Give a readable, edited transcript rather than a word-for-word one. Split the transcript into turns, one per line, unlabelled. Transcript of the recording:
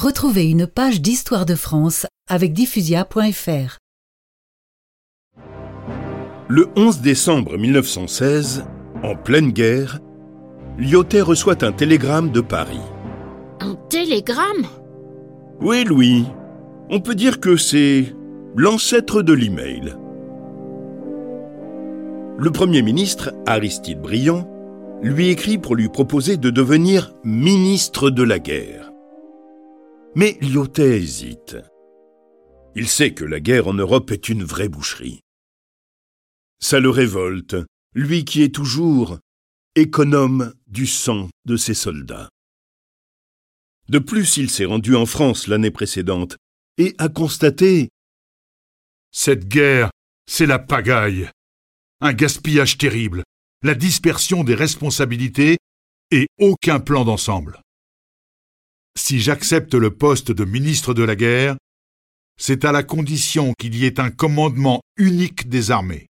Retrouvez une page d'Histoire de France avec diffusia.fr.
Le 11 décembre 1916, en pleine guerre, Lyautey reçoit un télégramme de Paris.
Un télégramme ?
Oui, Louis. On peut dire que c'est l'ancêtre de l'email. Le Premier ministre, Aristide Briand, lui écrit pour lui proposer de devenir ministre de la guerre. Mais Lyautey hésite. Il sait que la guerre en Europe est une vraie boucherie. Ça le révolte, lui qui est toujours économe du sang de ses soldats. De plus, il s'est rendu en France l'année précédente et a constaté
« Cette guerre, c'est la pagaille, un gaspillage terrible, la dispersion des responsabilités et aucun plan d'ensemble. Si j'accepte le poste de ministre de la guerre, c'est à la condition qu'il y ait un commandement unique des armées.